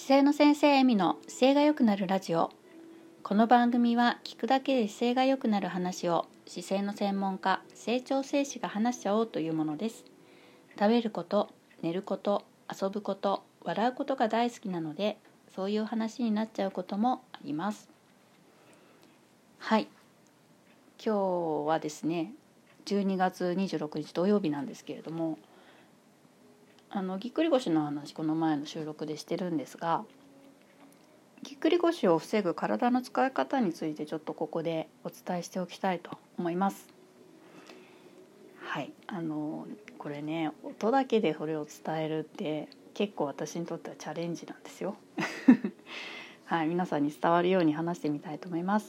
姿勢の先生エミの姿勢が良くなるラジオ。この番組は聞くだけで姿勢が良くなる話を姿勢の専門家、整腸整歯が話しちゃおうというものです。食べること、寝ること、遊ぶこと、笑うことが大好きなので、そういう話になっちゃうこともあります。はい、今日はですね、12月26日土曜日なんですけれども、ぎっくり腰の話、この前の収録でしてるんですが、ぎっくり腰を防ぐ体の使い方についてちょっとここでお伝えしておきたいと思います。はい、これね、音だけでそれを伝えるって結構私にとってはチャレンジなんですよ。はい、皆さんに伝わるように話してみたいと思います。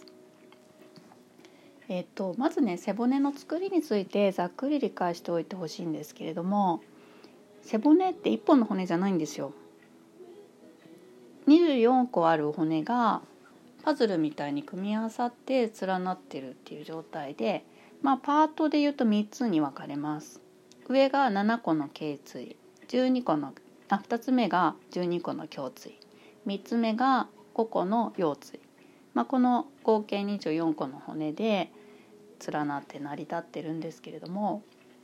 まずね、背骨の作りについてざっくり理解しておいてほしいんですけれども、背骨って一本の骨じゃないんですよ。24個ある骨がパズルみたいに組み合わさって連なってるっていう状態で、パートでいうと3つに分かれます。上が7個の頸椎、2つ目が12個の胸椎、3つ目が5個の腰椎、この合計24個の骨で連なって成り立ってるんですけれども、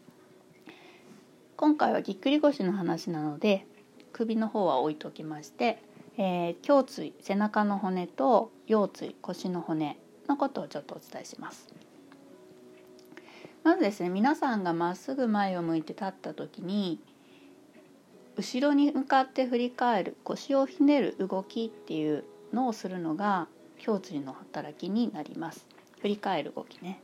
今回はぎっくり腰の話なので首の方は置いときまして、胸椎、背中の骨と腰椎、腰の骨のことをちょっとお伝えします。まずですね、皆さんがまっすぐ前を向いて立った時に後ろに向かって振り返る、腰をひねる動きっていうのをするのが胸椎の働きになります。振り返る動きね。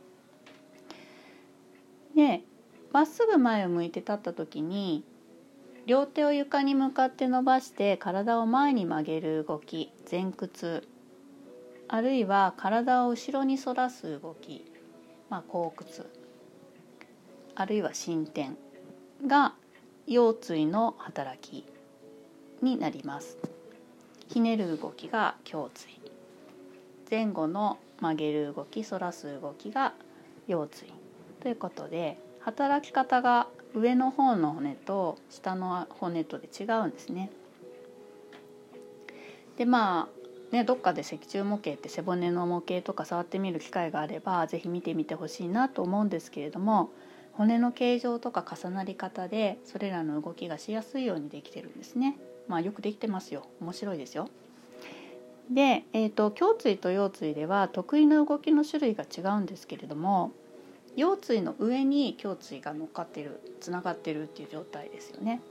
で、まっすぐ前を向いて立った時に両手を床に向かって伸ばして体を前に曲げる動き、前屈、あるいは体を後ろに反らす動き、後屈、あるいは伸展が腰椎の働きになります。ひねる動きが胸椎、前後の曲げる動き、反らす動きが腰椎ということで、働き方が上の方の骨と下の骨とで違うんですね。でどっかで脊柱模型って背骨の模型とか触ってみる機会があればぜひ見てみてほしいなと思うんですけれども、骨の形状とか重なり方でそれらの動きがしやすいようにできてるんですね。よくできてますよ。面白いですよ。で、胸椎と腰椎では得意な動きの種類が違うんですけれども、腰椎の上に胸椎が乗っかってる、つながってるっていう状態ですよね。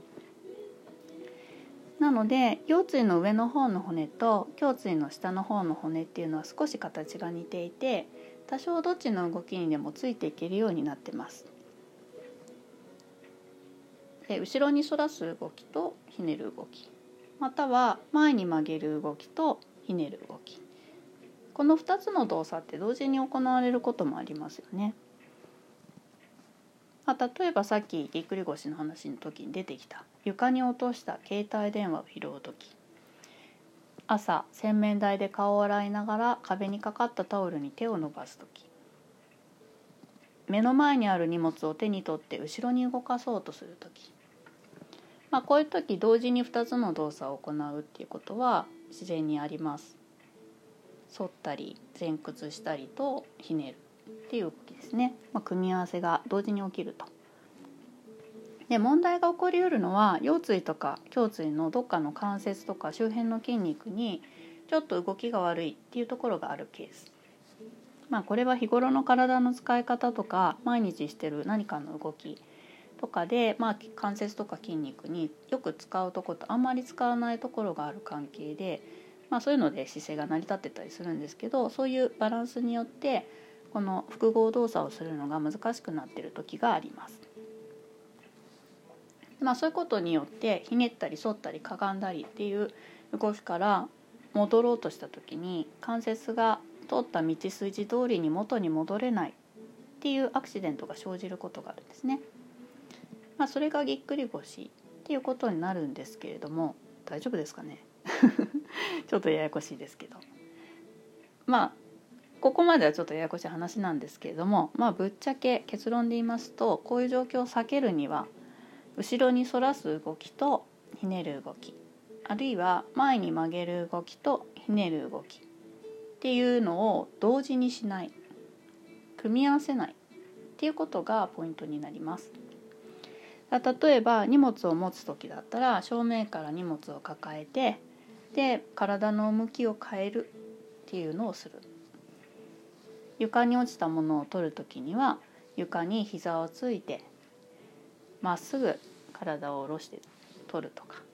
なので腰椎の上の方の骨と胸椎の下の方の骨っていうのは少し形が似ていて、多少どっちの動きにでもついていけるようになってます。で、後ろに反らす動きとひねる動き、または前に曲げる動きとひねる動き、この2つの動作って同時に行われることもありますよね。例えばさっきぎっくり腰の話の時に出てきた床に落とした携帯電話を拾う時、朝洗面台で顔を洗いながら壁にかかったタオルに手を伸ばす時、目の前にある荷物を手に取って後ろに動かそうとする時、こういう時同時に2つの動作を行うっていうことは自然にあります。反ったり前屈したりとひねるっていう動きですね。組み合わせが同時に起きると。で、問題が起こりうるのは腰椎とか胸椎のどっかの関節とか周辺の筋肉にちょっと動きが悪いっていうところがあるケース。これは日頃の体の使い方とか毎日してる何かの動きとかで、関節とか筋肉によく使うところとあんまり使わないところがある関係で、そういうので姿勢が成り立ってたりするんですけど、そういうバランスによってこの複合動作をするのが難しくなっている時があります。そういうことによってひねったり反ったりかがんだりっていう動きから戻ろうとした時に関節が通った道筋通りに元に戻れないっていうアクシデントが生じることがあるんですね。それがぎっくり腰っていうことになるんですけれども、大丈夫ですかねちょっとややこしいですけど、ここまではちょっとややこしい話なんですけれども、ぶっちゃけ結論で言いますと、こういう状況を避けるには後ろに反らす動きとひねる動き、 あるいは前に曲げる動きとひねる動きっていうのを同時にしない、組み合わせないっていうことがポイントになります。例えば荷物を持つ時だったら正面から荷物を抱えて、で体の向きを変えるっていうのをする。床に落ちたものを取る時には床に膝をついてまっすぐ体を下ろして取るとか、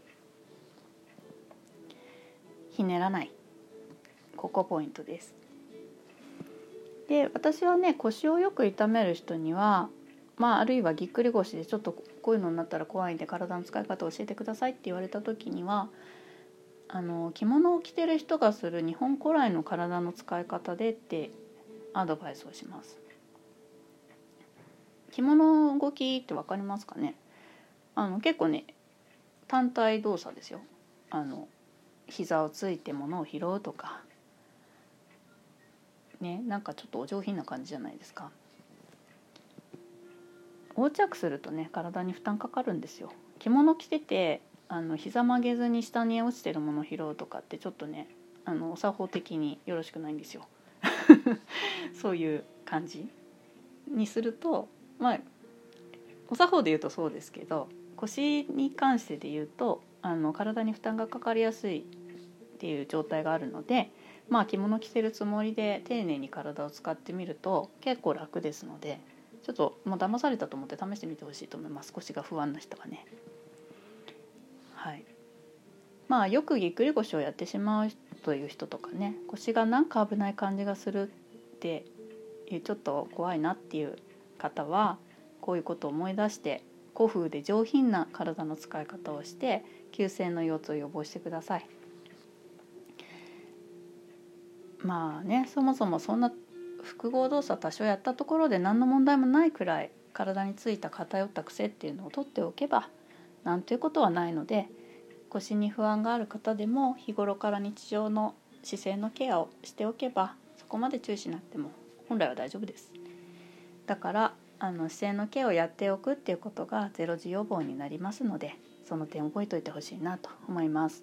ひねらない、ここポイントです。で私はね、腰をよく痛める人には、あるいはぎっくり腰でちょっとこういうのになったら怖いんで体の使い方を教えてくださいって言われた時には、着物を着てる人がする日本古来の体の使い方でってアドバイスをします。着物動きって分かりますかね。結構ね単体動作ですよ。膝をついて物を拾うとかね、なんかちょっとお上品な感じじゃないですか。横着するとね体に負担かかるんですよ。着物着てて膝曲げずに下に落ちてるものを拾うとかってちょっとねお作法的によろしくないんですよそういう感じにすると、お作法で言うとそうですけど、腰に関してで言うと体に負担がかかりやすいっていう状態があるので、着物着てるつもりで丁寧に体を使ってみると結構楽ですので、ちょっともう騙されたと思って試してみてほしいと思います。腰が不安な人はね。はい。よくぎっくり腰をやってしまうという人とかね、腰がなんか危ない感じがするっていうちょっと怖いなっていう方は、こういうことを思い出して古風で上品な体の使い方をして急性の腰痛を予防してください。そもそもそんな複合動作多少やったところで何の問題もないくらい体についた偏った癖っていうのを取っておけばなんていうことはないので、腰に不安がある方でも日頃から日常の姿勢のケアをしておけばそこまで注意しなくても本来は大丈夫です。だから姿勢のケアをやっておくっていうことがゼロ時予防になりますので、その点覚えておいてほしいなと思います。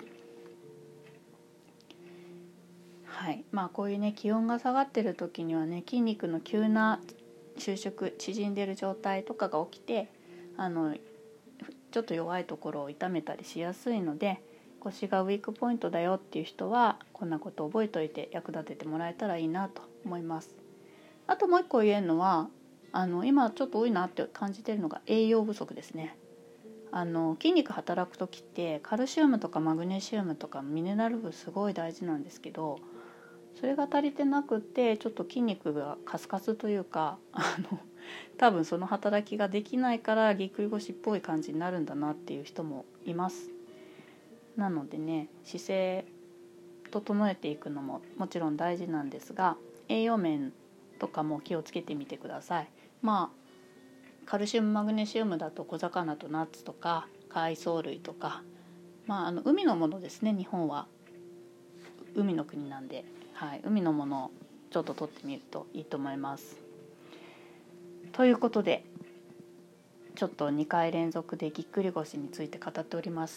はい。こういうね気温が下がってる時にはね、筋肉の急な収縮縮んでる状態とかが起きてちょっと弱いところを痛めたりしやすいので、腰がウィークポイントだよっていう人はこんなことを覚えておいて役立ててもらえたらいいなと思います。あともう一個言えるのは今ちょっと多いなって感じてるのが栄養不足ですね。筋肉働く時ってカルシウムとかマグネシウムとかミネラル分すごい大事なんですけど、それが足りてなくってちょっと筋肉がカスカスというか多分その働きができないからぎっくり腰っぽい感じになるんだなっていう人もいます。なのでね、姿勢整えていくのももちろん大事なんですが、栄養面とかも気をつけてみてください。カルシウムマグネシウムだと小魚とナッツとか海藻類とか、海のものですね。日本は海の国なんで、海のものをちょっと取ってみるといいと思います。ということでちょっと2回連続でぎっくり腰について語っております。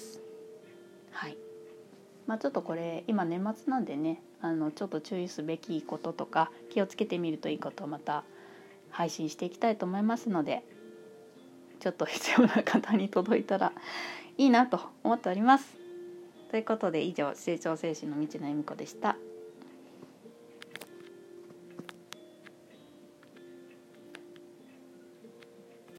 ちょっとこれ今年末なんでね、ちょっと注意すべきこととか気をつけてみるといいことをまた配信していきたいと思いますので、ちょっと必要な方に届いたらいいなと思っております。ということで以上、成長精神の道の恵美子でした。